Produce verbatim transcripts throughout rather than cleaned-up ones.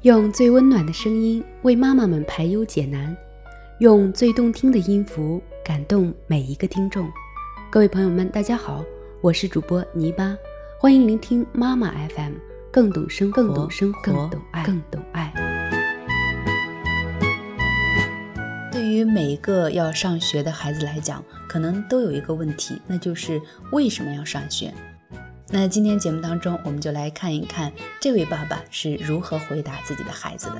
用最温暖的声音为妈妈们排忧解难，用最动听的音符感动每一个听众。各位朋友们，大家好，我是主播泥巴，欢迎聆听妈妈 F M， 更懂生活，更懂生活，更懂爱，更懂爱。 对于每一个要上学的孩子来讲，可能都有一个问题，那就是为什么要上学？那今天节目当中，我们就来看一看这位爸爸是如何回答自己的孩子的。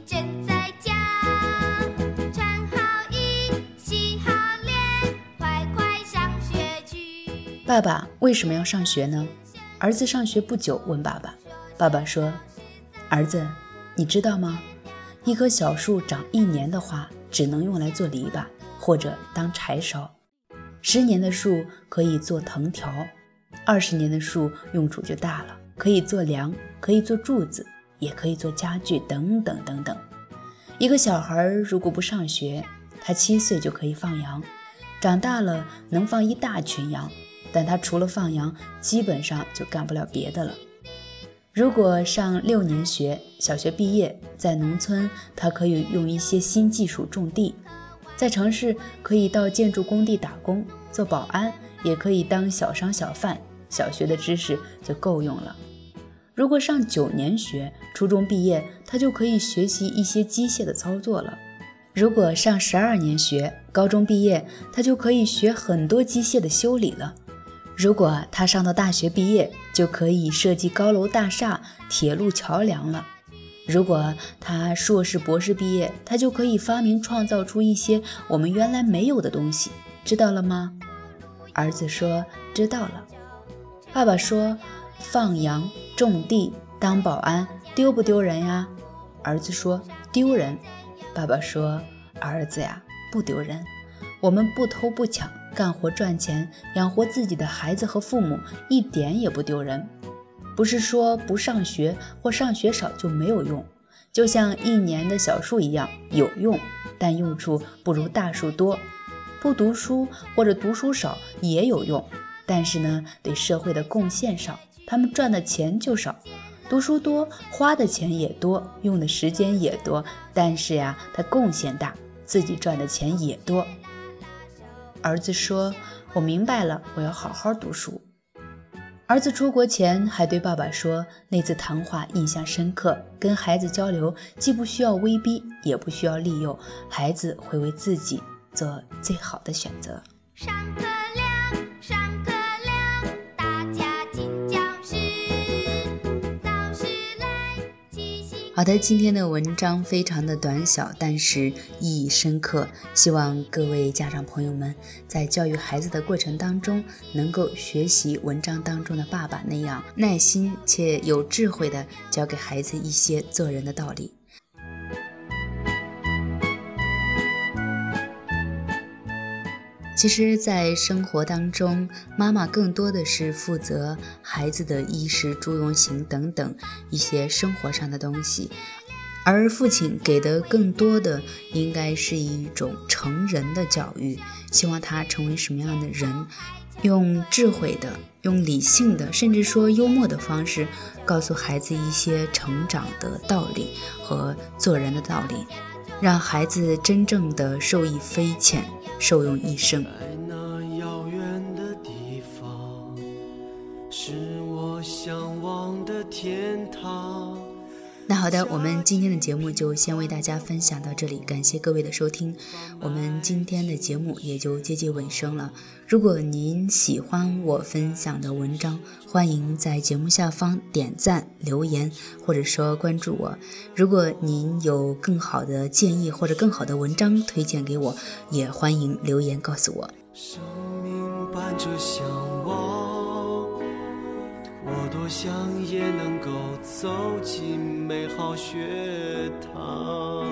爸爸为什么要上学呢？儿子上学不久问爸爸，爸爸说：儿子，你知道吗？一棵小树长一年的话，只能用来做篱笆或者当柴烧，十年的树可以做藤条，二十年的树用处就大了，可以做梁，可以做柱子，也可以做家具等等等等。一个小孩如果不上学，他七岁就可以放羊，长大了能放一大群羊，但他除了放羊，基本上就干不了别的了。如果上六年学，小学毕业，在农村他可以用一些新技术种地，在城市可以到建筑工地打工，做保安，也可以当小商小贩，小学的知识就够用了。如果上九年学，初中毕业，他就可以学习一些机械的操作了。如果上十二年学，高中毕业，他就可以学很多机械的修理了。如果他上到大学毕业，就可以设计高楼大厦、铁路桥梁了。如果他硕士博士毕业，他就可以发明创造出一些我们原来没有的东西，知道了吗？儿子说知道了。爸爸说放羊、种地、当保安丢不丢人呀？儿子说丢人。爸爸说儿子呀，不丢人，我们不偷不抢，干活赚钱，养活自己的孩子和父母，一点也不丢人。不是说不上学或上学少就没有用，就像一年的小树一样有用，但用处不如大树多。不读书或者读书少也有用，但是呢，对社会的贡献少，他们赚的钱就少。读书多，花的钱也多，用的时间也多，但是呀，他贡献大，自己赚的钱也多。儿子说我明白了，我要好好读书。儿子出国前还对爸爸说，那次谈话印象深刻，跟孩子交流既不需要威逼，也不需要利诱，孩子会为自己做最好的选择。上课了，上课了，大家进教室，老师来记醒。好的，今天的文章非常的短小，但是意义深刻，希望各位家长朋友们在教育孩子的过程当中，能够学习文章当中的爸爸那样耐心且有智慧的教给孩子一些做人的道理。其实在生活当中，妈妈更多的是负责孩子的衣食住用行等等一些生活上的东西，而父亲给的更多的应该是一种成人的教育，希望他成为什么样的人，用智慧的，用理性的，甚至说幽默的方式告诉孩子一些成长的道理和做人的道理，让孩子真正的受益匪浅，受用一生。在那遥远的地方，是我向往的天堂。那好的，我们今天的节目就先为大家分享到这里，感谢各位的收听，我们今天的节目也就接近尾声了。如果您喜欢我分享的文章，欢迎在节目下方点赞留言，或者说关注我。如果您有更好的建议或者更好的文章推荐给我，也欢迎留言告诉我。生命伴着向往，我多想也能够走进美好学堂。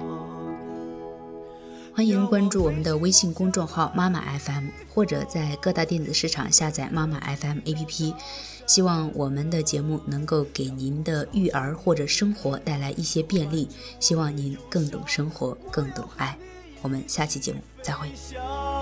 欢迎关注我们的微信公众号妈妈 F M， 或者在各大电子市场下载妈妈 F M A P P。 希望我们的节目能够给您的育儿或者生活带来一些便利，希望您更懂生活，更懂爱。我们下期节目再会。